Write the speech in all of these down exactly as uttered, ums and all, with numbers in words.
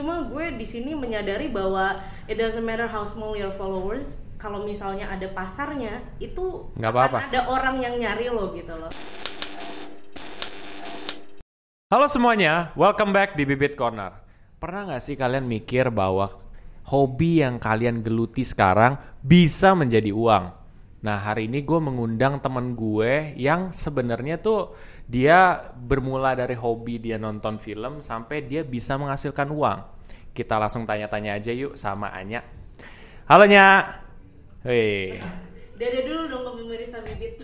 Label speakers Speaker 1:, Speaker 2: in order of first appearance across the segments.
Speaker 1: Cuma gue di sini menyadari bahwa it doesn't matter how small your followers, kalau misalnya ada pasarnya itu
Speaker 2: nggak
Speaker 1: akan
Speaker 2: apa-apa.
Speaker 1: ada orang yang nyari lo gitu loh.
Speaker 2: Halo semuanya, welcome back di Bibit Corner. Pernah nggak sih kalian mikir bahwa hobi yang kalian geluti sekarang bisa menjadi uang? Nah, hari ini gue mengundang teman gue yang sebenarnya tuh dia bermula dari hobi dia nonton film sampai dia bisa menghasilkan uang. Kita langsung tanya-tanya aja yuk sama Anya. Halo Nya. Hei.
Speaker 1: Dada dulu dong ke pemirsa Bibit.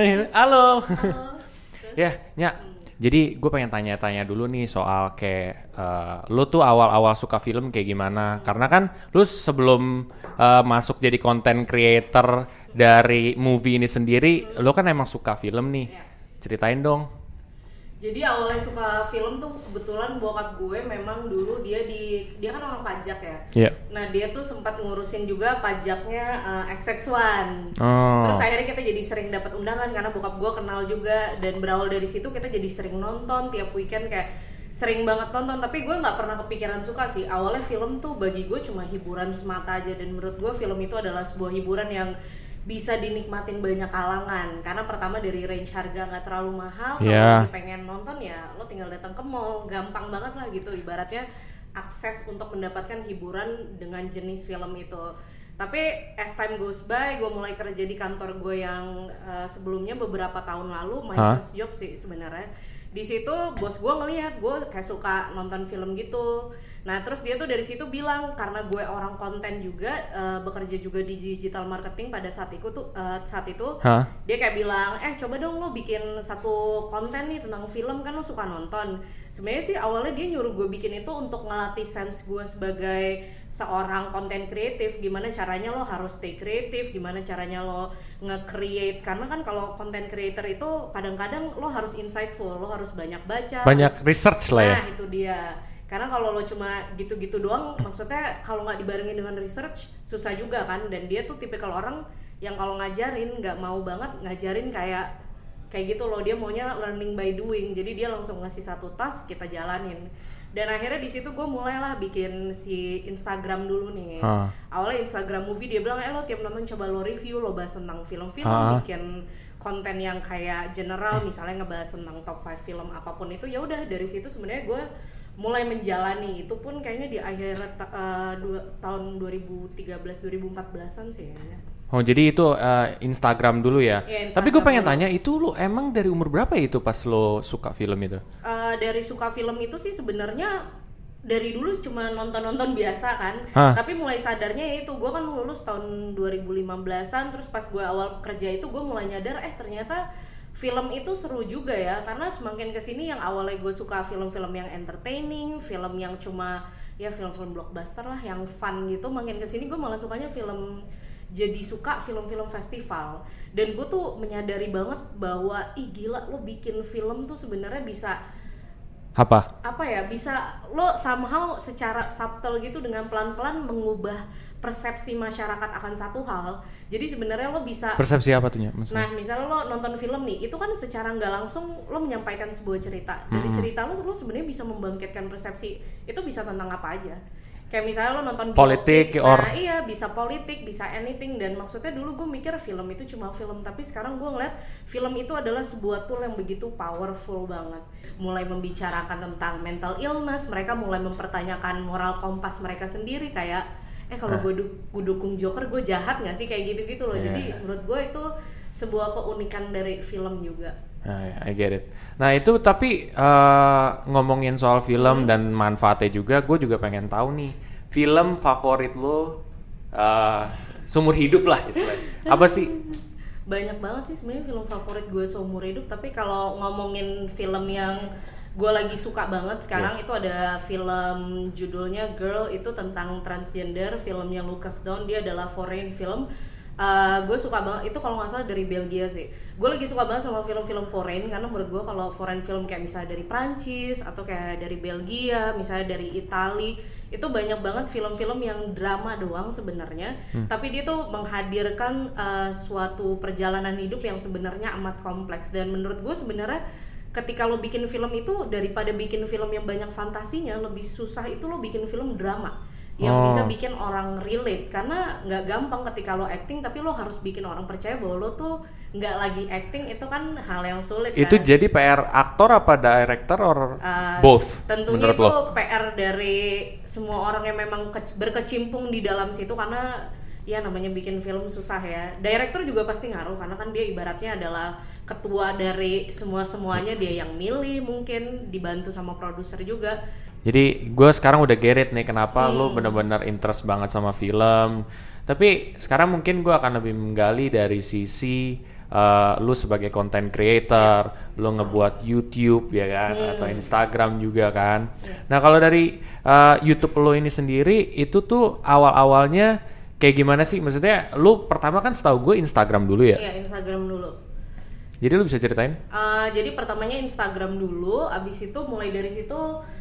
Speaker 2: Halo.
Speaker 1: Halo.
Speaker 2: Ya, Nya. Jadi gue pengen tanya-tanya dulu nih soal kayak uh, lu tuh awal-awal suka film kayak gimana? Karena kan lu sebelum uh, masuk jadi content creator dari movie ini sendiri, hmm. lu kan emang suka film nih. Ya. Ceritain dong.
Speaker 1: Jadi awalnya suka film tuh kebetulan bokap gue memang dulu dia di dia kan orang pajak ya.
Speaker 2: Yeah.
Speaker 1: Nah dia tuh sempat ngurusin juga pajaknya uh, X X one.
Speaker 2: Oh.
Speaker 1: Terus akhirnya kita jadi sering dapat undangan karena bokap gue kenal juga, dan berawal dari situ kita jadi sering nonton tiap weekend, kayak sering banget nonton. Tapi gue nggak pernah kepikiran suka sih. Awalnya film tuh bagi gue cuma hiburan semata aja, dan menurut gue film itu adalah sebuah hiburan yang bisa dinikmatin banyak kalangan, karena pertama dari range harga nggak terlalu mahal.
Speaker 2: Yeah.
Speaker 1: Kalau lagi pengen nonton ya lo tinggal datang ke mall, gampang banget lah gitu ibaratnya akses untuk mendapatkan hiburan dengan jenis film itu. Tapi as time goes by, gue mulai kerja di kantor gue yang uh, sebelumnya beberapa tahun lalu, my huh? first job sih sebenarnya. Di situ bos gue ngelihat gue kayak suka nonton film gitu. Nah terus dia tuh dari situ bilang, karena gue orang konten juga, uh, bekerja juga di digital marketing pada saat itu tuh uh, saat itu huh? Dia kayak bilang, eh coba dong lo bikin satu konten nih tentang film, kan lo suka nonton. Sebenarnya sih awalnya dia nyuruh gue bikin itu untuk ngelatih sense gue sebagai seorang konten kreatif, gimana caranya lo harus stay kreatif, gimana caranya lo nge-create, karena kan kalau konten creator itu kadang-kadang lo harus insightful, lo harus banyak baca,
Speaker 2: banyak
Speaker 1: harus,
Speaker 2: research lah ya.
Speaker 1: Nah itu dia. Karena kalau lo cuma gitu-gitu doang, maksudnya kalau nggak dibarengin dengan research susah juga kan. Dan dia tuh tipikal orang yang kalau ngajarin nggak mau banget ngajarin kayak kayak gitu loh. Dia maunya learning by doing. Jadi dia langsung ngasih satu task, kita jalanin. Dan akhirnya di situ gue mulailah bikin si Instagram dulu nih. Huh. Awalnya Instagram movie, dia bilang, eh lo tiap nonton coba lo review, lo bahas tentang film-film, huh? bikin konten yang kayak general, misalnya ngebahas tentang top lima film apapun itu. Ya udah dari situ sebenarnya gue mulai menjalani itu pun kayaknya di akhir uh, dua, tahun dua ribu tiga belas dua ribu empat belasan sih kayaknya.
Speaker 2: Oh jadi itu uh, Instagram dulu ya?
Speaker 1: Ya Instagram.
Speaker 2: Tapi gue pengen dulu tanya, itu lo emang dari umur berapa ya itu pas lo suka film itu?
Speaker 1: Uh, dari suka film itu sih sebenarnya dari dulu cuma nonton-nonton biasa kan. Hah? Tapi mulai sadarnya ya itu, gue kan lulus tahun dua ribu lima belasan, terus pas gue awal kerja itu gue mulai nyadar, eh ternyata film itu seru juga ya, karena semakin kesini yang awalnya gue suka film-film yang entertaining, film yang cuma ya film-film blockbuster lah, yang fun gitu, makin kesini gue malah sukanya film, jadi suka film-film festival. Dan gue tuh menyadari banget bahwa ih gila, lo bikin film tuh sebenarnya bisa
Speaker 2: apa?
Speaker 1: Apa ya, bisa lo somehow secara subtle gitu dengan pelan-pelan mengubah persepsi masyarakat akan satu hal. Jadi sebenarnya lo bisa
Speaker 2: persepsi apa tuh ya?
Speaker 1: Nah misalnya lo nonton film nih, itu kan secara nggak langsung lo menyampaikan sebuah cerita. Dari hmm. cerita lo, lo sebenarnya bisa membangkitkan persepsi. Itu bisa tentang apa aja. Kayak misalnya lo nonton
Speaker 2: politik,
Speaker 1: biopic,
Speaker 2: or
Speaker 1: nah iya bisa politik, bisa anything. Dan maksudnya dulu gue mikir film itu cuma film, tapi sekarang gue ngeliat film itu adalah sebuah tool yang begitu powerful banget. Mulai membicarakan tentang mental illness, mereka mulai mempertanyakan moral kompas mereka sendiri, kayak eh kalau gue du- dukung Joker gue jahat nggak sih, kayak gitu-gitu loh. Yeah. Jadi menurut gue itu sebuah keunikan dari film juga.
Speaker 2: Nah, I get it. Nah itu tapi uh, ngomongin soal film hmm. dan manfaatnya juga, gue juga pengen tahu nih, film favorit lo uh, seumur hidup lah istilahnya. Apa sih?
Speaker 1: Banyak banget sih sebenarnya film favorit gue seumur hidup. Tapi kalau ngomongin film yang gue lagi suka banget sekarang, yeah. itu ada film judulnya Girl, itu tentang transgender, filmnya Lucas Down. Dia adalah foreign film. Uh, gue suka banget itu, kalau nggak salah dari Belgia sih. Gue lagi suka banget sama film-film foreign, karena menurut gue kalau foreign film kayak misalnya dari Prancis atau kayak dari Belgia, misalnya dari Itali, itu banyak banget film-film yang drama doang sebenarnya, hmm. tapi dia tuh menghadirkan uh, suatu perjalanan hidup yang sebenarnya amat kompleks. Dan menurut gue sebenarnya ketika lo bikin film itu daripada bikin film yang banyak fantasinya, lebih susah itu lo bikin film drama yang
Speaker 2: Oh.
Speaker 1: bisa bikin orang relate, karena nggak gampang ketika lo acting tapi lo harus bikin orang percaya bahwa lo tuh nggak lagi acting, itu kan hal yang sulit.
Speaker 2: Itu
Speaker 1: kan?
Speaker 2: jadi P R aktor apa director or
Speaker 1: Uh,
Speaker 2: both?
Speaker 1: Tentunya
Speaker 2: menurut
Speaker 1: itu
Speaker 2: lo?
Speaker 1: P R dari semua orang yang memang ke- berkecimpung di dalam situ, karena ya namanya bikin film susah ya. Director juga pasti ngaruh karena kan dia ibaratnya adalah ketua dari semua-semuanya, dia yang milih, mungkin dibantu sama produser juga.
Speaker 2: Jadi gue sekarang udah get it nih kenapa
Speaker 1: Hmm.
Speaker 2: lu bener-bener interest banget sama film. Tapi sekarang mungkin gue akan lebih menggali dari sisi uh, lu sebagai content creator, lu ngebuat YouTube ya kan,
Speaker 1: Hmm.
Speaker 2: atau Instagram juga kan. Nah kalau dari uh, YouTube lu ini sendiri itu tuh awal-awalnya kayak gimana sih? Maksudnya lu pertama kan setahu gue Instagram dulu ya.
Speaker 1: Iya, Instagram dulu.
Speaker 2: Jadi lu bisa ceritain?
Speaker 1: Uh, jadi pertamanya Instagram dulu, abis itu mulai dari situ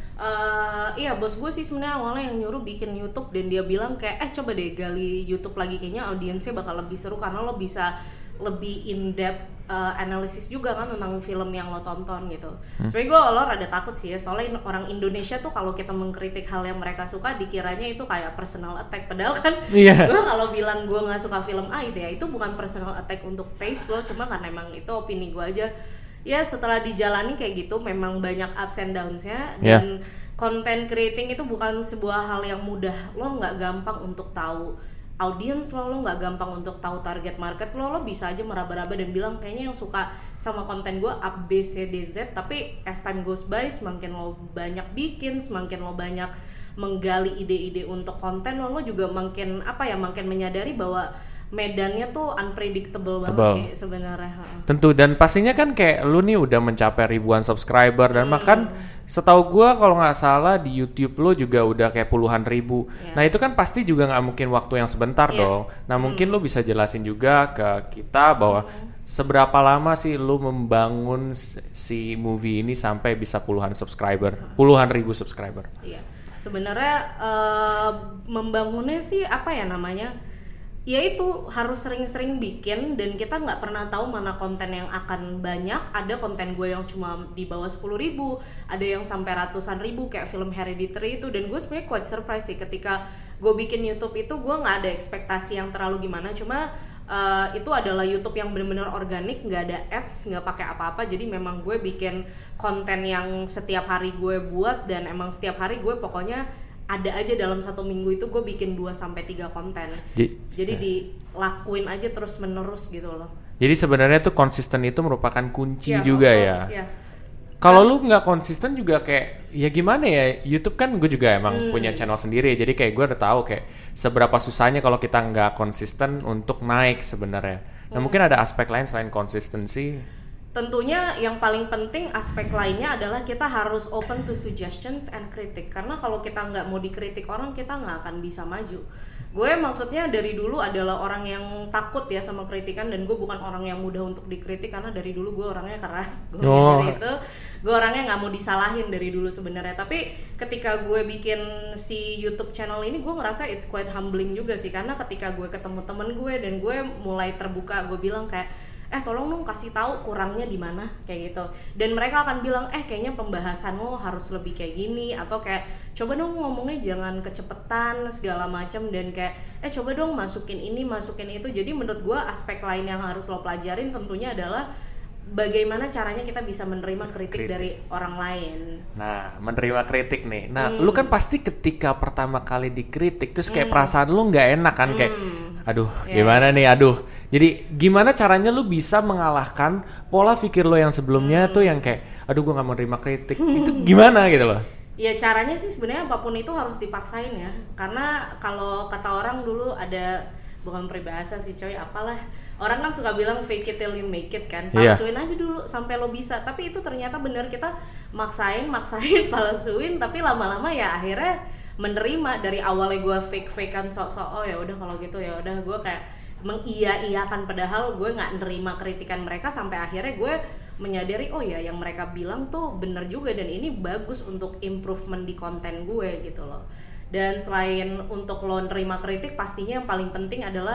Speaker 1: uh, iya bos gue sih sebenarnya awalnya yang nyuruh bikin YouTube, dan dia bilang kayak eh coba deh gali YouTube lagi, kayaknya audiensnya bakal lebih seru karena lo bisa lebih in depth uh, analisis juga kan tentang film yang lo tonton gitu. Hmm. Sebenarnya gue awalnya rada takut sih ya, soalnya orang Indonesia tuh kalau kita mengkritik hal yang mereka suka dikiranya itu kayak personal attack, padahal kan
Speaker 2: Iya.
Speaker 1: gue kalau bilang gue nggak suka film A itu ya itu bukan personal attack untuk taste lo, cuma karena emang itu opini gue aja. Ya setelah dijalani kayak gitu memang banyak ups and downs-nya, dan yeah. Content creating itu bukan sebuah hal yang mudah. Lo nggak gampang untuk tahu audience lo, lo nggak gampang untuk tahu target market lo. Lo bisa aja meraba-raba dan bilang kayaknya yang suka sama konten gue A, B, C, D, Z. Tapi as time goes by, semakin lo banyak bikin, semakin lo banyak menggali ide-ide untuk konten lo, lo juga makin apa ya, makin menyadari bahwa medannya tuh unpredictable banget
Speaker 2: Tebal.
Speaker 1: sih sebenarnya.
Speaker 2: Tentu, dan pastinya kan kayak lu nih udah mencapai ribuan subscriber dan
Speaker 1: Hmm.
Speaker 2: bahkan setahu gua kalau nggak salah di YouTube lu juga udah kayak puluhan ribu.
Speaker 1: Yeah.
Speaker 2: Nah itu kan pasti juga nggak mungkin waktu yang sebentar
Speaker 1: Yeah.
Speaker 2: dong. Nah
Speaker 1: Hmm.
Speaker 2: mungkin lu bisa jelasin juga ke kita bahwa
Speaker 1: Hmm.
Speaker 2: seberapa lama sih lu membangun si movie ini sampai bisa puluhan subscriber, puluhan ribu subscriber.
Speaker 1: Iya, sebenarnya uh, membangunnya sih apa ya namanya? Ya itu harus sering-sering bikin, dan kita nggak pernah tahu mana konten yang akan banyak. Ada konten gue yang cuma di bawah sepuluh ribu, ada yang sampai ratusan ribu kayak film Hereditary itu, dan gue sebenarnya quite surprise sih ketika gue bikin YouTube itu. Gue nggak ada ekspektasi yang terlalu gimana, cuma uh, itu adalah YouTube yang benar-benar organik, nggak ada ads, nggak pakai apa-apa. Jadi memang gue bikin konten yang setiap hari gue buat, dan emang setiap hari gue pokoknya ada aja dalam satu minggu itu gue bikin dua sampai tiga konten. Di, Jadi dilakuin aja terus menerus gitu loh.
Speaker 2: Jadi sebenarnya tuh konsisten itu merupakan kunci
Speaker 1: Ya,
Speaker 2: juga
Speaker 1: of
Speaker 2: ya.
Speaker 1: course, ya.
Speaker 2: Kalau lu nggak konsisten juga kayak ya gimana ya, YouTube kan gue juga emang
Speaker 1: Hmm.
Speaker 2: punya channel sendiri, jadi kayak gue udah tahu kayak seberapa susahnya kalau kita nggak konsisten untuk naik sebenarnya. Nah
Speaker 1: Hmm.
Speaker 2: mungkin ada aspek lain selain konsistensi.
Speaker 1: Tentunya yang paling penting aspek lainnya adalah kita harus open to suggestions and kritik, karena kalau kita nggak mau dikritik orang, kita nggak akan bisa maju. Gue maksudnya dari dulu adalah orang yang takut ya sama kritikan, dan gue bukan orang yang mudah untuk dikritik karena dari dulu gue orangnya keras. Gue
Speaker 2: Oh.
Speaker 1: dari itu gue orangnya nggak mau disalahin dari dulu sebenarnya. Tapi ketika gue bikin si YouTube channel ini, gue ngerasa it's quite humbling juga sih, karena ketika gue ketemu temen gue dan gue mulai terbuka, gue bilang kayak eh tolong dong kasih tahu kurangnya di mana kayak gitu, dan mereka akan bilang eh kayaknya pembahasan lo harus lebih kayak gini, atau kayak coba dong ngomongnya jangan kecepetan segala macam, dan kayak eh coba dong masukin ini masukin itu. Jadi menurut gue aspek lain yang harus lo pelajarin tentunya adalah bagaimana caranya kita bisa menerima kritik, kritik. dari orang lain.
Speaker 2: Nah, menerima kritik nih. Nah,
Speaker 1: Hmm.
Speaker 2: lu kan pasti ketika pertama kali dikritik terus kayak
Speaker 1: Hmm.
Speaker 2: perasaan lu nggak enak kan,
Speaker 1: Hmm.
Speaker 2: kayak aduh,
Speaker 1: Yeah.
Speaker 2: gimana nih, aduh. Jadi gimana caranya lu bisa mengalahkan pola pikir lo yang sebelumnya
Speaker 1: Hmm.
Speaker 2: tuh yang kayak aduh gue nggak mau terima kritik. Itu gimana gitu loh?
Speaker 1: Ya caranya sih sebenarnya apapun itu harus dipaksain ya, karena kalau kata orang dulu ada, bukan peribahasa sih coy, apalah, orang kan suka bilang fake it till you make it kan,
Speaker 2: Iya.
Speaker 1: palsuin aja dulu sampai lo bisa. Tapi itu ternyata bener, kita maksain maksain palsuin, tapi lama-lama ya akhirnya menerima. Dari awalnya gue fake fakean sok-sok, oh ya udah kalau gitu ya udah, gue kayak mengiya-iyakan padahal gue nggak nerima kritikan mereka, sampai akhirnya gue menyadari oh ya yang mereka bilang tuh bener juga, dan ini bagus untuk improvement di konten gue gitu loh. Dan selain untuk lo nerima kritik, pastinya yang paling penting adalah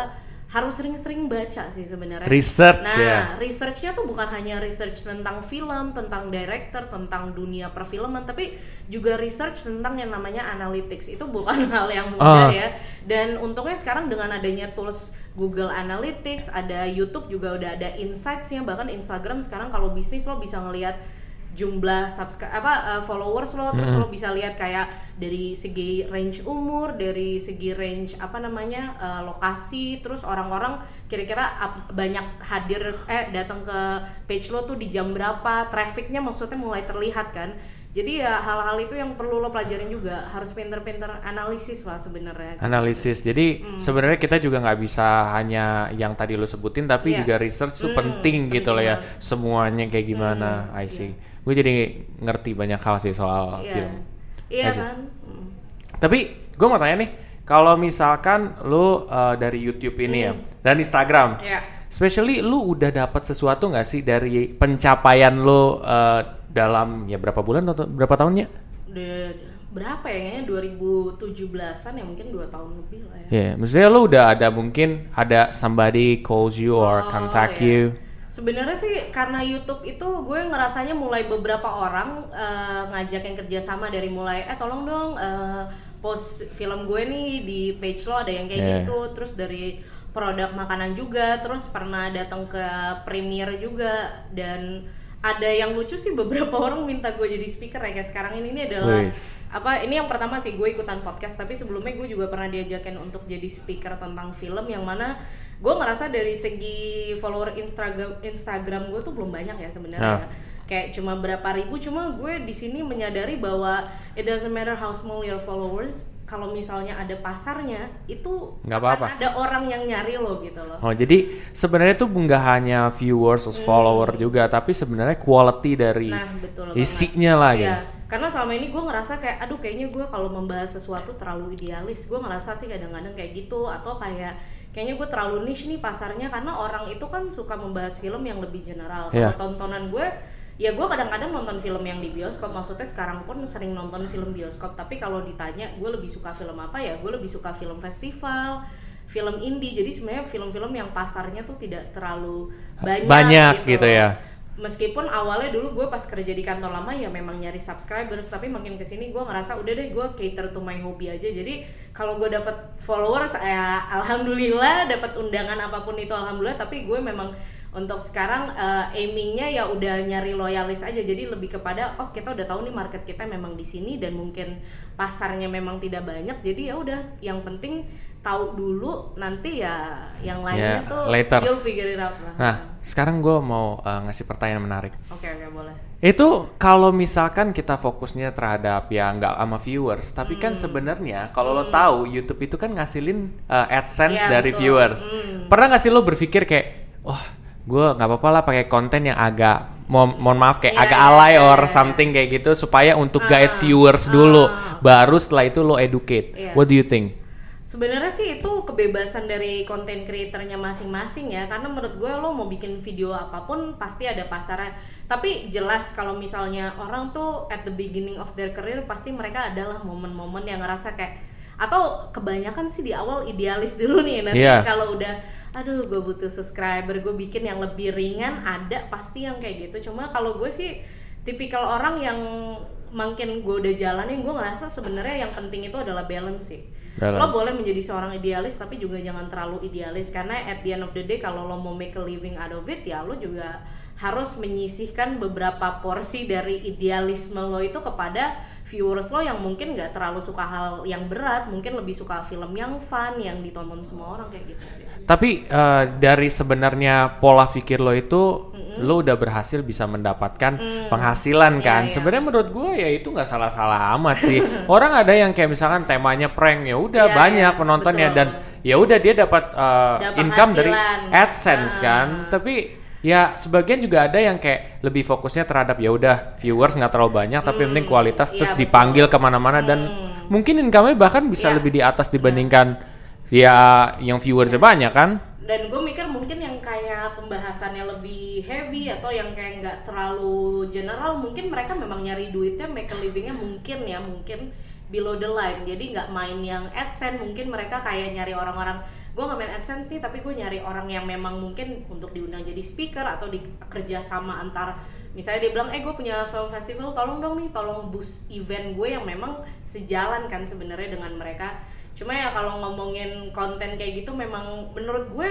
Speaker 1: harus sering-sering baca sih sebenarnya.
Speaker 2: Research
Speaker 1: nah,
Speaker 2: ya.
Speaker 1: researchnya tuh bukan hanya research tentang film, tentang director, tentang dunia perfilman, tapi juga research tentang yang namanya analytics. Itu bukan hal yang mudah
Speaker 2: Oh.
Speaker 1: ya. Dan untungnya sekarang dengan adanya tools Google Analytics, ada YouTube juga udah ada insights-nya, bahkan Instagram sekarang kalau bisnis lo bisa ngelihat jumlah subscribe apa uh, followers lo, terus
Speaker 2: Mm-hmm.
Speaker 1: lo bisa lihat kayak dari segi range umur, dari segi range apa namanya uh, lokasi, terus orang-orang kira-kira ap- banyak hadir eh datang ke page lo tuh di jam berapa, trafficnya maksudnya mulai terlihat kan. Jadi ya hal-hal itu yang perlu lo pelajarin juga, harus pinter-pinter analisis lah sebenarnya.
Speaker 2: Analisis. Jadi hmm. sebenarnya kita juga nggak bisa hanya yang tadi lo sebutin, tapi
Speaker 1: yeah.
Speaker 2: juga research tuh
Speaker 1: Hmm,
Speaker 2: penting gitu loh ya.
Speaker 1: banget.
Speaker 2: Semuanya kayak gimana,
Speaker 1: Hmm,
Speaker 2: I see.
Speaker 1: yeah.
Speaker 2: Gue jadi ngerti banyak hal sih soal
Speaker 1: Iya.
Speaker 2: film.
Speaker 1: Iya
Speaker 2: I see.
Speaker 1: kan. Hmm.
Speaker 2: Tapi gue mau tanya nih, kalau misalkan lo uh, dari YouTube ini ya, dan Instagram,
Speaker 1: Iya.
Speaker 2: especially lu udah dapat sesuatu nggak sih dari pencapaian lo uh, dalam ya berapa bulan atau berapa tahunnya?
Speaker 1: Udah berapa ya, kayaknya dua ribu tujuh belasan ya, mungkin dua tahun lebih lah ya.
Speaker 2: Ya, yeah, maksudnya lu udah ada mungkin ada somebody calls you or
Speaker 1: Oh,
Speaker 2: contact
Speaker 1: iya.
Speaker 2: you.
Speaker 1: Sebenarnya sih karena YouTube itu gue ngerasanya mulai beberapa orang uh, ngajakin kerjasama, dari mulai eh tolong dong uh, post film gue nih di page lo, ada yang kayak
Speaker 2: Yeah.
Speaker 1: gitu. Terus dari produk makanan juga, terus pernah datang ke premiere juga, dan ada yang lucu sih, beberapa orang minta gue jadi speaker ya, kayak sekarang ini, ini adalah
Speaker 2: Wis.
Speaker 1: apa ini yang pertama sih gue ikutan podcast, tapi sebelumnya gue juga pernah diajakin untuk jadi speaker tentang film, yang mana gue ngerasa dari segi follower Instagram Instagram gue tuh belum banyak ya sebenarnya.
Speaker 2: Ah.
Speaker 1: Kayak cuma berapa ribu, cuma gue di sini menyadari bahwa it doesn't matter how small your followers, kalau misalnya ada pasarnya itu
Speaker 2: Nggak
Speaker 1: akan
Speaker 2: apa-apa.
Speaker 1: ada orang yang nyari lo gitu loh.
Speaker 2: Oh, jadi sebenarnya tuh nggak hanya viewers atau follower juga, tapi sebenarnya quality dari
Speaker 1: Nah, betul
Speaker 2: isinya lah gitu.
Speaker 1: Iya, karena selama ini gue ngerasa kayak aduh kayaknya gue kalau membahas sesuatu terlalu idealis, gue ngerasa sih kadang-kadang kayak gitu, atau kayak kayaknya gue terlalu niche nih pasarnya, karena orang itu kan suka membahas film yang lebih general. Kalau
Speaker 2: Iya.
Speaker 1: tontonan gue, ya gue kadang-kadang nonton film yang di bioskop, maksudnya sekarang pun sering nonton film bioskop, tapi kalau ditanya gue lebih suka film apa, ya gue lebih suka film festival, film indie. Jadi sebenarnya film-film yang pasarnya tuh tidak terlalu banyak,
Speaker 2: Banyak gitu ya.
Speaker 1: Meskipun awalnya dulu gue pas kerja di kantor lama ya memang nyari subscribers, tapi makin kesini gue ngerasa udah deh gue cater to my hobby aja. Jadi kalau gue dapet followers ya alhamdulillah, dapet undangan apapun itu alhamdulillah, tapi gue memang untuk sekarang uh, aimingnya ya udah nyari loyalis aja. Jadi lebih kepada oh kita udah tahu nih market kita memang di sini dan mungkin pasarnya memang tidak banyak, jadi ya udah yang penting tahu dulu, nanti ya yang lainnya
Speaker 2: Yeah,
Speaker 1: tuh
Speaker 2: later.
Speaker 1: you'll figure it out lah.
Speaker 2: Nah, sekarang gue mau uh, ngasih pertanyaan menarik.
Speaker 1: Oke oke boleh.
Speaker 2: Itu kalau misalkan kita fokusnya terhadap ya nggak sama viewers, tapi kan sebenarnya kalau lo tahu YouTube itu kan ngasilin uh, AdSense
Speaker 1: Iya,
Speaker 2: dari
Speaker 1: betul.
Speaker 2: viewers.
Speaker 1: Hmm.
Speaker 2: Pernah nggak sih lo berpikir kayak, wah, gue nggak apa-apa lah pakai konten yang agak, mo mohon maaf kayak
Speaker 1: Iya,
Speaker 2: agak
Speaker 1: iya,
Speaker 2: alay
Speaker 1: iya,
Speaker 2: or
Speaker 1: iya.
Speaker 2: something kayak gitu supaya untuk
Speaker 1: Ah,
Speaker 2: guide viewers dulu,
Speaker 1: ah.
Speaker 2: baru setelah itu lo educate.
Speaker 1: Iya.
Speaker 2: What do you think?
Speaker 1: Sebenarnya sih itu kebebasan dari konten creatornya masing-masing ya, karena menurut gue lo mau bikin video apapun pasti ada pasarnya. Tapi jelas kalau misalnya orang tuh at the beginning of their career pasti mereka adalah momen-momen yang ngerasa kayak, atau kebanyakan sih di awal idealis dulu nih, nanti
Speaker 2: Iya.
Speaker 1: kalau udah aduh gue butuh subscriber, gue bikin yang lebih ringan, ada pasti yang kayak gitu. Cuma kalau gue sih tipikal orang yang makin gue udah jalanin, gue ngerasa sebenarnya yang penting itu adalah balance sih.
Speaker 2: Balance.
Speaker 1: Lo boleh menjadi seorang idealis tapi juga jangan terlalu idealis, karena at the end of the day kalau lo mau make a living out of it ya lo juga harus menyisihkan beberapa porsi dari idealisme lo itu kepada viewers lo yang mungkin nggak terlalu suka hal yang berat, mungkin lebih suka film yang fun yang ditonton semua orang kayak gitu sih.
Speaker 2: Tapi uh, dari sebenarnya pola pikir lo itu, mm-hmm. lo udah berhasil bisa mendapatkan
Speaker 1: Mm.
Speaker 2: penghasilan kan.
Speaker 1: Iya, iya.
Speaker 2: Sebenarnya menurut gue ya itu nggak salah-salah amat sih. Orang ada yang kayak misalkan temanya prank, ya udah
Speaker 1: Iya,
Speaker 2: banyak
Speaker 1: iya,
Speaker 2: penontonnya
Speaker 1: betul.
Speaker 2: dan ya udah dia dapat uh,
Speaker 1: Dapat
Speaker 2: income dari
Speaker 1: hasilan.
Speaker 2: AdSense
Speaker 1: Ah.
Speaker 2: kan. Tapi ya sebagian juga ada yang kayak lebih fokusnya terhadap ya udah viewers nggak terlalu banyak, tapi yang penting kualitas,
Speaker 1: iya,
Speaker 2: terus
Speaker 1: betul.
Speaker 2: dipanggil kemana-mana dan
Speaker 1: Hmm.
Speaker 2: mungkin income-nya bahkan bisa
Speaker 1: Iya.
Speaker 2: lebih di atas dibandingkan ya yang viewersnya banyak kan.
Speaker 1: Dan gue mikir mungkin yang kayak pembahasannya lebih heavy atau yang kayak nggak terlalu general, mungkin mereka memang nyari duitnya, make a livingnya mungkin ya mungkin below the line, jadi nggak main yang AdSense. Mungkin mereka kayak nyari orang-orang, gue nggak main AdSense nih tapi gue nyari orang yang memang mungkin untuk diundang jadi speaker atau di kerja sama antar, misalnya dia bilang eh gue punya film festival, tolong dong nih, tolong boost event gue yang memang sejalan kan sebenarnya dengan mereka. Cuma ya kalau ngomongin konten kayak gitu memang menurut gue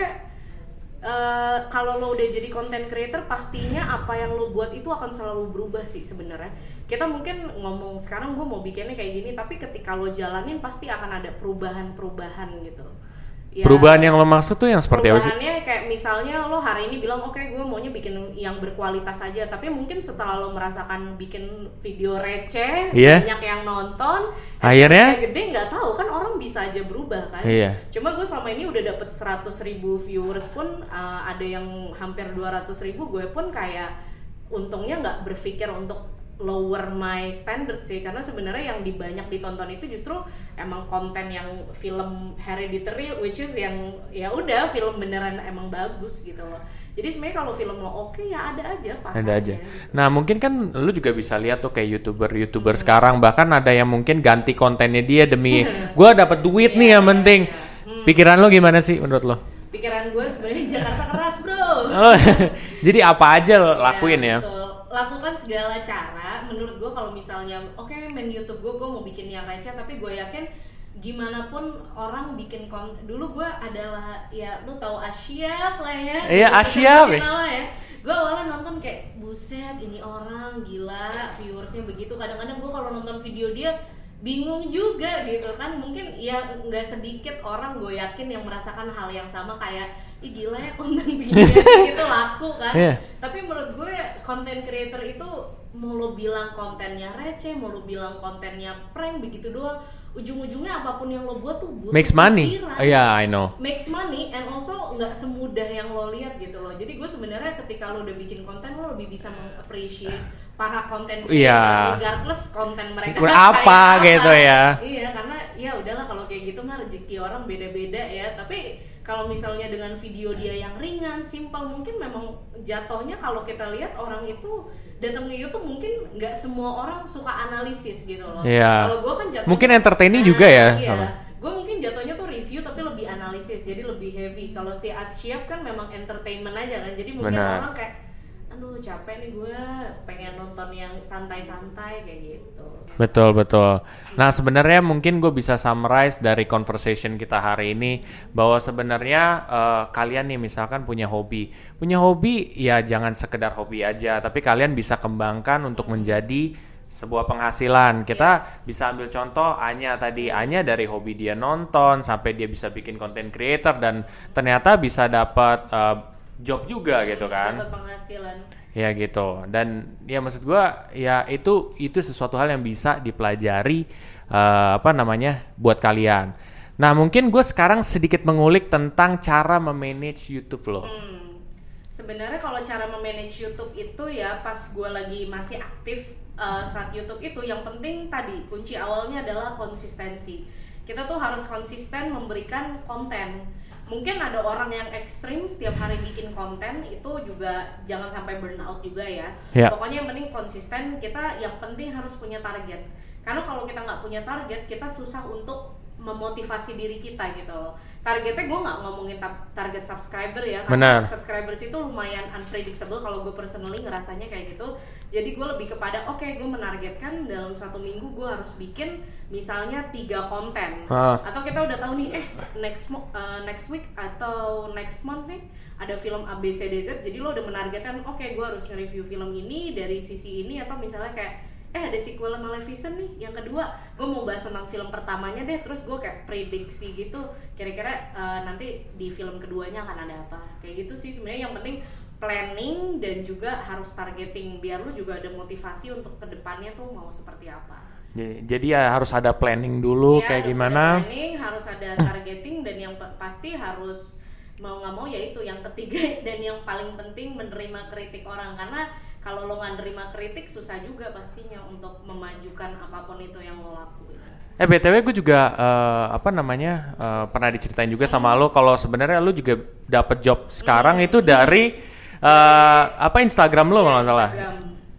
Speaker 1: Uh, kalau lo udah jadi content creator pastinya apa yang lo buat itu akan selalu berubah sih sebenarnya. Kita mungkin ngomong sekarang gue mau bikinnya kayak gini, tapi ketika lo jalanin pasti akan ada perubahan-perubahan gitu. Ya,
Speaker 2: perubahan yang lo maksud tuh yang seperti apa sih?
Speaker 1: Perubahannya kayak misalnya lo hari ini bilang oke okay, gue maunya bikin yang berkualitas aja, tapi mungkin setelah lo merasakan bikin video receh, yeah. banyak yang nonton,
Speaker 2: akhirnya
Speaker 1: gede nggak tahu kan orang bisa aja berubah kan.
Speaker 2: Yeah.
Speaker 1: Cuma gue selama ini udah dapet seratus ribu viewers pun uh, ada yang hampir dua ratus ribu, gue pun kayak untungnya nggak berpikir untuk lower my standard sih, karena sebenarnya yang di banyak ditonton itu justru emang konten yang film Hereditary, which is yang ya udah film beneran emang bagus gitu loh. Jadi sebenarnya kalau film lo oke okay, ya ada aja pasarnya. Ada aja.
Speaker 2: Gitu. Nah mungkin kan lu juga bisa lihat tuh kayak youtuber-youtuber hmm. sekarang, bahkan ada yang mungkin ganti kontennya dia demi gue dapet duit nih yang penting. Hmm. Pikiran lo gimana sih menurut lo?
Speaker 1: Pikiran gue sebenarnya Jakarta keras bro.
Speaker 2: Oh, jadi apa aja lo lakuin ya?
Speaker 1: Betul. Lakukan segala cara. Menurut gue kalau misalnya oke okay, main YouTube gue, gue mau bikin yang receh, tapi gue yakin gimana pun orang bikin konten. Dulu gue adalah ya lu tahu Asyap lah ya.
Speaker 2: Iya Asyap ya.
Speaker 1: ya. Gue awalnya nonton kayak buset ini orang gila viewersnya begitu. Kadang-kadang gue kalau nonton video dia bingung juga gitu kan. Mungkin ya nggak sedikit orang gue yakin yang merasakan hal yang sama kayak ih gila ya konten begini gitu laku kan. Yeah. Tapi menurut gue content creator itu mau lo bilang kontennya receh, mau lo bilang kontennya prank begitu doang, ujung-ujungnya apapun yang lo buat tuh butuh
Speaker 2: makes money.
Speaker 1: pikiran.
Speaker 2: Yeah, I know.
Speaker 1: Makes money and also nggak semudah yang lo lihat gitu loh. Jadi gue sebenarnya ketika lo udah bikin konten lo lebih bisa meng-appreciate para konten creator, yeah. regardless konten mereka
Speaker 2: apa gitu ya.
Speaker 1: Iya, karena ya udahlah kalau kayak gitu mah rezeki orang beda-beda ya. Tapi kalau misalnya dengan video dia yang ringan, simpel, mungkin memang jatuhnya kalau kita lihat orang itu datang ke YouTube mungkin nggak semua orang suka analisis gitu loh.
Speaker 2: Yeah.
Speaker 1: Kalau gue kan jatuhnya
Speaker 2: mungkin entertaining nah, juga ya.
Speaker 1: Iya. Gue mungkin jatuhnya tuh review tapi lebih analisis, jadi lebih heavy. Kalau si Asyap kan memang entertainment aja kan, jadi mungkin Benar. orang kayak aduh capek nih gue pengen nonton yang santai-santai kayak gitu.
Speaker 2: Betul betul. Nah sebenarnya mungkin gue bisa summarize dari conversation kita hari ini bahwa sebenarnya uh, kalian nih misalkan punya hobi, punya hobi ya jangan sekedar hobi aja, tapi kalian bisa kembangkan untuk menjadi sebuah penghasilan. Kita yeah. bisa ambil contoh Anya tadi, Anya dari hobi dia nonton sampai dia bisa bikin content creator dan ternyata bisa dapat uh, job juga gitu kan,
Speaker 1: dapat penghasilan
Speaker 2: ya gitu. Dan ya maksud gue ya itu itu sesuatu hal yang bisa dipelajari uh, apa namanya buat kalian. Nah mungkin gue sekarang sedikit mengulik tentang cara memanage YouTube lo.
Speaker 1: hmm. Sebenarnya kalau cara memanage YouTube itu ya pas gue lagi masih aktif uh, saat YouTube itu yang penting tadi kunci awalnya adalah konsistensi. Kita tuh harus konsisten memberikan konten. Mungkin ada orang yang ekstrim setiap hari bikin konten, itu juga jangan sampai burnout juga ya. Yeah. Pokoknya yang penting konsisten, kita yang penting harus punya target. Karena kalau kita nggak punya target, kita susah untuk memotivasi diri kita gitu loh. Targetnya gue nggak ngomongin target subscriber ya, karena Benar. subscribers itu lumayan unpredictable kalau gue personally ngerasanya kayak gitu. Jadi gue lebih kepada oke okay, gue menargetkan dalam satu minggu gue harus bikin misalnya tiga konten. Ah. Atau kita udah tahu nih eh next mo- uh, next week atau next month nih ada film A B C D Z. Jadi lo udah menargetkan oke okay, gue harus nge-review film ini dari sisi ini, atau misalnya kayak eh ada sequel Maleficent nih yang kedua, gue mau bahas tentang film pertamanya deh, terus gue kayak prediksi gitu kira-kira uh, nanti di film keduanya akan ada apa, kayak gitu sih. Sebenarnya yang penting planning dan juga harus targeting biar lu juga ada motivasi untuk kedepannya tuh mau seperti apa.
Speaker 2: Jadi ya harus ada planning dulu ya, kayak
Speaker 1: harus
Speaker 2: gimana.
Speaker 1: Ada planning, harus ada targeting, dan yang pasti harus mau nggak mau yaitu yang ketiga dan yang paling penting menerima kritik orang, karena kalau lo nggak nerima kritik susah juga pastinya untuk memajukan apapun itu yang lo lakuin.
Speaker 2: Eh B T W gue juga uh, apa namanya uh, pernah diceritain juga sama lo kalau sebenarnya lo juga dapat job sekarang hmm. itu dari uh, apa Instagram lo kalau nggak salah.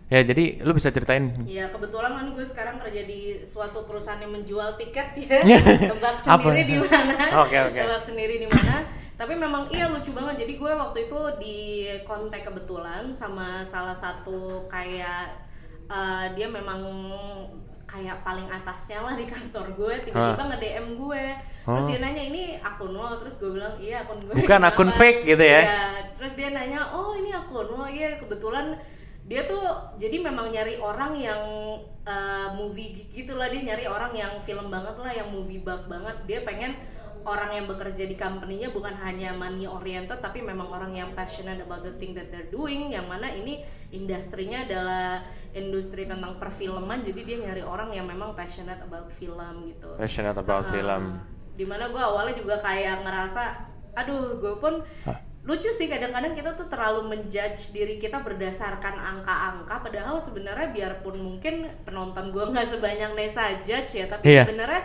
Speaker 2: Ya jadi lu bisa ceritain.
Speaker 1: Ya kebetulan kan gue sekarang kerja di suatu perusahaan yang menjual tiket ya. Tebak sendiri di mana.
Speaker 2: Oke oke.
Speaker 1: Tebak sendiri di mana. Tapi memang iya lucu banget. Jadi gue waktu itu di kontak kebetulan sama salah satu kayak uh, dia memang kayak paling atasnya lah di kantor gue, tiba-tiba huh? nge-D M gue. Terus oh. dia nanya, ini akun lo? Terus gue bilang, iya akun gue.
Speaker 2: Bukan akun fake gitu ya?
Speaker 1: Iya. Terus dia nanya, oh ini akun lo? Iya kebetulan dia tuh jadi memang nyari orang yang uh, movie gitu lah, dia nyari orang yang film banget lah, yang movie buff banget. Dia pengen orang yang bekerja di company-nya bukan hanya money oriented, tapi memang orang yang passionate about the thing that they're doing, yang mana ini industrinya adalah industri tentang perfilman, jadi dia nyari orang yang memang passionate about film gitu.
Speaker 2: Passionate about uh, film.
Speaker 1: Dimana gue awalnya juga kayak ngerasa, aduh gue pun huh? lucu sih, kadang-kadang kita tuh terlalu menjudge diri kita berdasarkan angka-angka, padahal sebenarnya biarpun mungkin penonton gue nggak sebanyak Nessa judge ya, tapi yeah. sebenarnya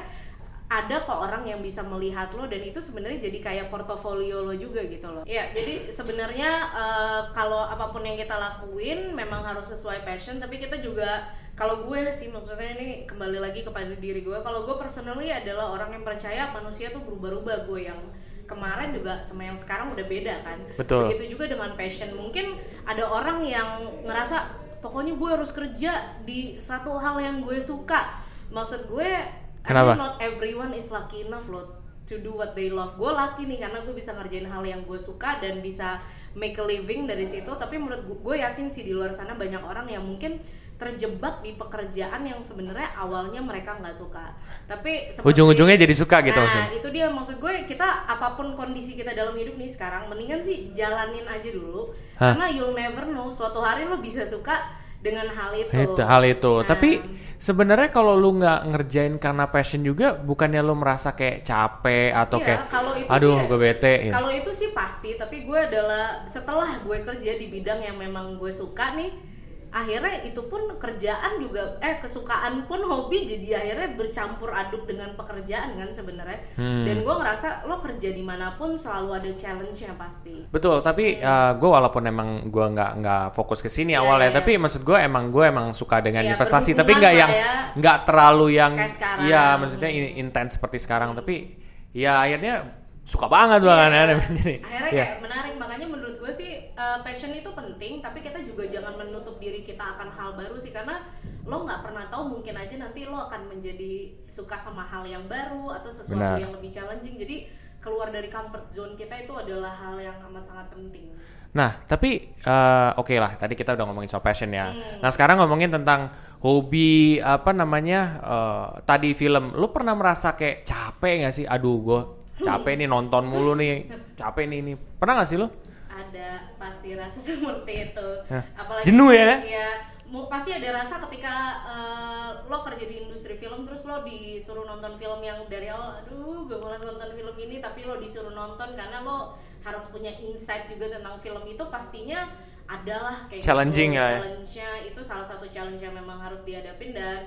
Speaker 1: ada kok orang yang bisa melihat lo, dan itu sebenarnya jadi kayak portofolio lo juga gitu loh. Ya jadi sebenarnya uh, kalau apapun yang kita lakuin memang harus sesuai passion, tapi kita juga, kalau gue sih maksudnya ini kembali lagi kepada diri gue, kalau gue personally adalah orang yang percaya manusia tuh berubah-ubah. Gue yang kemarin juga sama yang sekarang udah beda kan.
Speaker 2: Betul.
Speaker 1: Begitu juga dengan passion. Mungkin ada orang yang ngerasa pokoknya gue harus kerja di satu hal yang gue suka. Maksud gue,
Speaker 2: kenapa?
Speaker 1: I mean, not everyone is lucky enough loh to do what they love. Gue lucky nih karena gue bisa ngerjain hal yang gue suka dan bisa make a living dari situ. Tapi menurut gue, gue yakin sih di luar sana banyak orang yang mungkin terjebak di pekerjaan yang sebenarnya awalnya mereka nggak suka, tapi seperti,
Speaker 2: ujung-ujungnya jadi suka gitu.
Speaker 1: Nah
Speaker 2: maksudnya.
Speaker 1: Itu dia maksud gue, kita apapun kondisi kita dalam hidup nih sekarang, mendingan sih jalanin aja dulu. Hah? Karena you'll never know, suatu hari lo bisa suka dengan hal itu.
Speaker 2: itu hal itu.
Speaker 1: Nah,
Speaker 2: tapi sebenarnya kalau lu nggak ngerjain karena passion juga, bukannya lu merasa kayak capek atau
Speaker 1: iya,
Speaker 2: kayak aduh gue bete ya.
Speaker 1: Kalau itu sih pasti, tapi gue adalah setelah gue kerja di bidang yang memang gue suka nih, akhirnya itu pun kerjaan juga eh kesukaan pun hobi, jadi akhirnya bercampur aduk dengan pekerjaan kan sebenarnya. hmm. Dan gue ngerasa lo kerja dimanapun selalu ada challenge-nya pasti.
Speaker 2: Betul, tapi hmm. uh, gue walaupun emang gue nggak nggak fokus ke sini yeah, awalnya yeah. Tapi maksud gue emang gue emang suka dengan yeah, investasi, tapi nggak yang nggak ya, terlalu yang iya maksudnya hmm. intens seperti sekarang. hmm. Tapi ya akhirnya suka banget
Speaker 1: yeah.
Speaker 2: banget
Speaker 1: akhirnya yeah. kayak menarik. Makanya menurut gue sih uh, passion itu penting, tapi kita juga jangan menutup diri kita akan hal baru sih, karena lo nggak pernah tahu, mungkin aja nanti lo akan menjadi suka sama hal yang baru atau sesuatu Benar. yang lebih challenging. Jadi keluar dari comfort zone kita itu adalah hal yang amat sangat penting.
Speaker 2: Nah, tapi uh, oke okay lah, tadi kita udah ngomongin soal passion ya. Hmm. Nah, sekarang ngomongin tentang hobi apa namanya? Uh, tadi film, lo pernah merasa kayak capek nggak sih? Aduh, gue capek nih nonton mulu nih, capek nih ini. Pernah nggak sih lo?
Speaker 1: Ada, pasti rasa seperti itu. Hah? Apalagi
Speaker 2: jenuh ya?
Speaker 1: Ya, pasti ada rasa ketika uh, lo kerja di industri film, terus lo disuruh nonton film yang dari awal, aduh gue malas nonton film ini, tapi lo disuruh nonton karena lo harus punya insight juga tentang film itu, pastinya adalah kayak
Speaker 2: challenging
Speaker 1: gitu.
Speaker 2: Ya.
Speaker 1: Challenge-nya itu salah satu challenge yang memang harus dihadapin, dan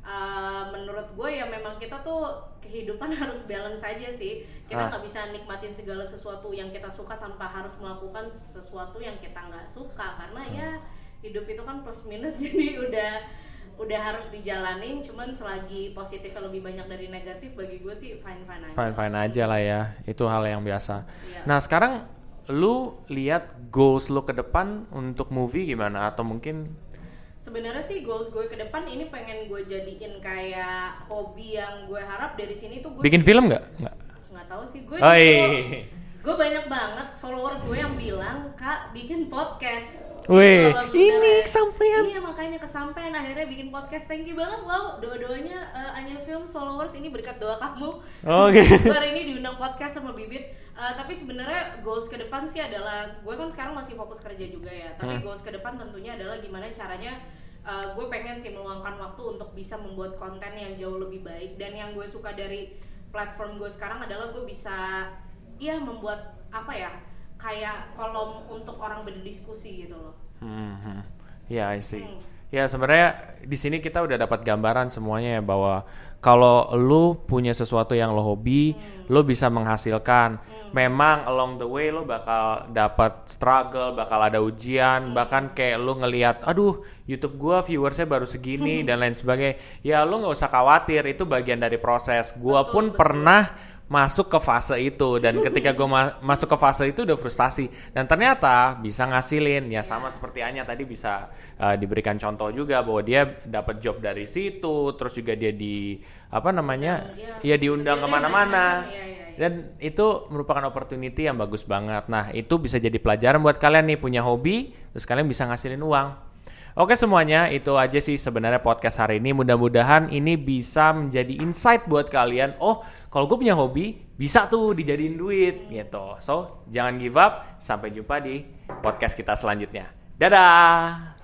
Speaker 1: uh, menurut gue ya memang kita tuh kehidupan harus balance aja sih. Kita nggak ah. bisa nikmatin segala sesuatu yang kita suka tanpa harus melakukan sesuatu yang kita nggak suka, karena hmm. ya hidup itu kan plus minus, jadi udah udah harus dijalanin. Cuman selagi positifnya lebih banyak dari negatif, bagi gue sih fine fine aja.
Speaker 2: Fine fine aja lah ya, itu hal yang biasa.
Speaker 1: Iya.
Speaker 2: Nah sekarang lu lihat goals lu ke depan untuk movie gimana, atau mungkin
Speaker 1: sebenarnya sih goals gue ke depan ini pengen gue jadiin kayak hobi yang gue harap dari sini tuh gue
Speaker 2: bikin film nggak? Nggak.
Speaker 1: Nggak tahu sih gue.
Speaker 2: Oh,
Speaker 1: gue banyak banget follower gue yang bilang, Kak bikin podcast.
Speaker 2: Wih, ini kesampaian.
Speaker 1: Iya makanya kesampaian akhirnya bikin podcast. Thank you banget loh doa-doanya uh, Anya Film followers, ini berkat doa kamu.
Speaker 2: Oke. Okay.
Speaker 1: Hari ini diundang podcast sama Bibit. Uh, tapi sebenarnya goals ke depan sih adalah, gue kan sekarang masih fokus kerja juga ya. Tapi hmm. goals ke depan tentunya adalah gimana caranya uh, gue pengen sih meluangkan waktu untuk bisa membuat konten yang jauh lebih baik. Dan yang gue suka dari platform gue sekarang adalah gue bisa ya membuat apa ya, kayak kolom untuk orang berdiskusi gitu loh.
Speaker 2: Hmm, ya yeah, I see. Hmm. Ya sebenarnya di sini kita udah dapat gambaran semuanya ya bahwa kalau lu punya sesuatu yang lo hobi, hmm. lo bisa menghasilkan. Hmm. Memang along the way lo bakal dapat struggle, bakal ada ujian, hmm. bahkan kayak lo ngelihat, aduh YouTube gua viewersnya baru segini dan lain sebagainya. Ya lo nggak usah khawatir, itu bagian dari proses. Gua betul, pun betul. pernah masuk ke fase itu, dan ketika gue ma- masuk ke fase itu udah frustasi dan ternyata bisa ngasilin ya, sama seperti Anya tadi bisa uh, diberikan contoh juga bahwa dia dapat job dari situ, terus juga dia di apa namanya ya, ya diundang kemana-mana ya, ya, ya. Dan itu merupakan opportunity yang bagus banget. Nah itu bisa jadi pelajaran buat kalian nih, punya hobi terus kalian bisa ngasilin uang. Oke semuanya, itu aja sih sebenarnya podcast hari ini. Mudah-mudahan ini bisa menjadi insight buat kalian. Oh, kalau gue punya hobi, bisa tuh dijadiin duit gitu. So, jangan give up. Sampai jumpa di podcast kita selanjutnya. Dadah!